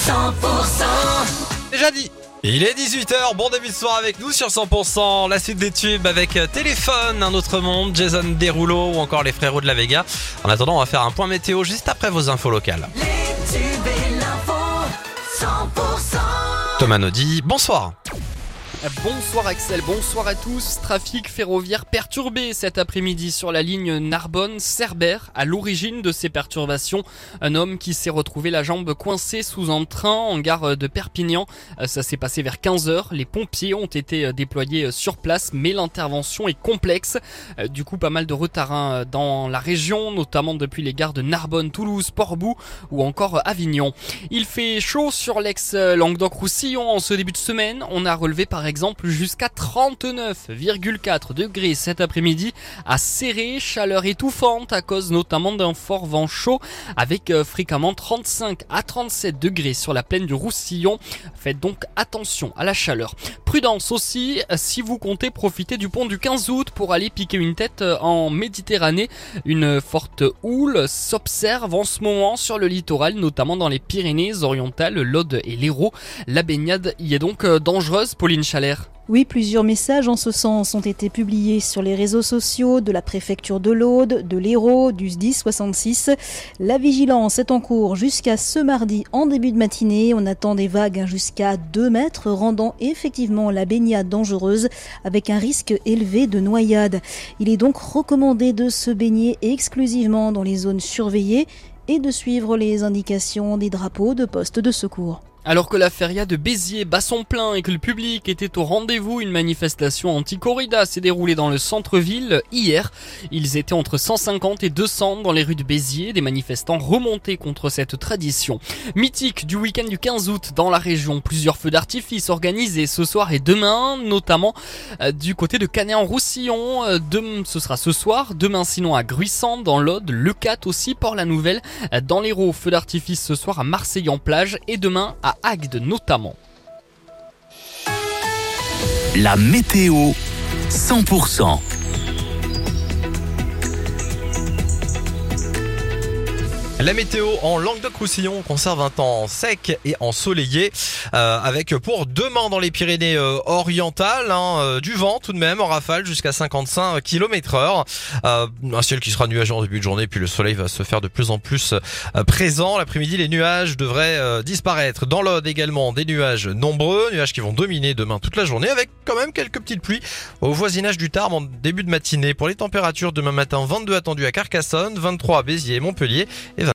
Déjà dit. Il est 18h, bon début de soir avec nous sur 100%, la suite des tubes avec Téléphone, Un autre monde, Jason Derulo ou encore les frérots de la Vega. En attendant, on va faire un point météo juste après vos infos locales. Les tubes et l'info, 100%. Thomas Naudy, bonsoir. Bonsoir Axel, bonsoir à tous. Trafic ferroviaire perturbé cet après-midi sur la ligne Narbonne-Cerbère. À l'origine de ces perturbations, un homme qui s'est retrouvé la jambe coincée sous un train en gare de Perpignan. Ça s'est passé vers 15h. Les pompiers ont été déployés sur place, mais l'intervention est complexe. Du coup, pas mal de retard dans la région, notamment depuis les gares de Narbonne, Toulouse, Portbou ou encore Avignon. Il fait chaud sur l'ex-Languedoc-Roussillon en ce début de semaine. On a relevé par exemple jusqu'à 39,4 degrés cet après-midi à Céré, chaleur étouffante à cause notamment d'un fort vent chaud avec fréquemment 35 à 37 degrés sur la plaine du Roussillon. Faites donc attention à la chaleur. Prudence aussi si vous comptez profiter du pont du 15 août pour aller piquer une tête en Méditerranée. Une forte houle s'observe en ce moment sur le littoral, notamment dans les Pyrénées-Orientales, l'Aude et l'Hérault. La baignade y est donc dangereuse, Pauline Chalère. Oui, plusieurs messages en ce sens ont été publiés sur les réseaux sociaux de la préfecture de l'Aude, de l'Hérault, du SDIS 66. La vigilance est en cours jusqu'à ce mardi en début de matinée. On attend des vagues jusqu'à 2 mètres, rendant effectivement la baignade dangereuse avec un risque élevé de noyade. Il est donc recommandé de se baigner exclusivement dans les zones surveillées et de suivre les indications des drapeaux de postes de secours. Alors que la feria de Béziers bat son plein et que le public était au rendez-vous, une manifestation anti-corrida s'est déroulée dans le centre-ville hier. Ils étaient entre 150 et 200 dans les rues de Béziers, des manifestants remontés contre cette tradition. Mythique du week-end du 15 août dans la région, plusieurs feux d'artifice organisés ce soir et demain, notamment du côté de Canet-en-Roussillon. Ce sera ce soir, demain sinon à Gruissant dans l'Aude, Le Cat aussi, Port-la-Nouvelle, dans l'Hérault, feux d'artifice ce soir à Marseille-en-Plage et demain à Agde notamment. La météo 100%. La météo en Languedoc-Roussillon, on conserve un temps sec et ensoleillé avec pour demain dans les Pyrénées orientales du vent tout de même en rafale jusqu'à 55 km/h. Un ciel qui sera nuageux en début de journée puis le soleil va se faire de plus en plus présent. L'après-midi, les nuages devraient disparaître. Dans l'Aude également, des nuages nombreux, nuages qui vont dominer demain toute la journée avec quand même quelques petites pluies au voisinage du Tarbes en début de matinée. Pour les températures, demain matin, 22 attendus à Carcassonne, 23 à Béziers et Montpellier et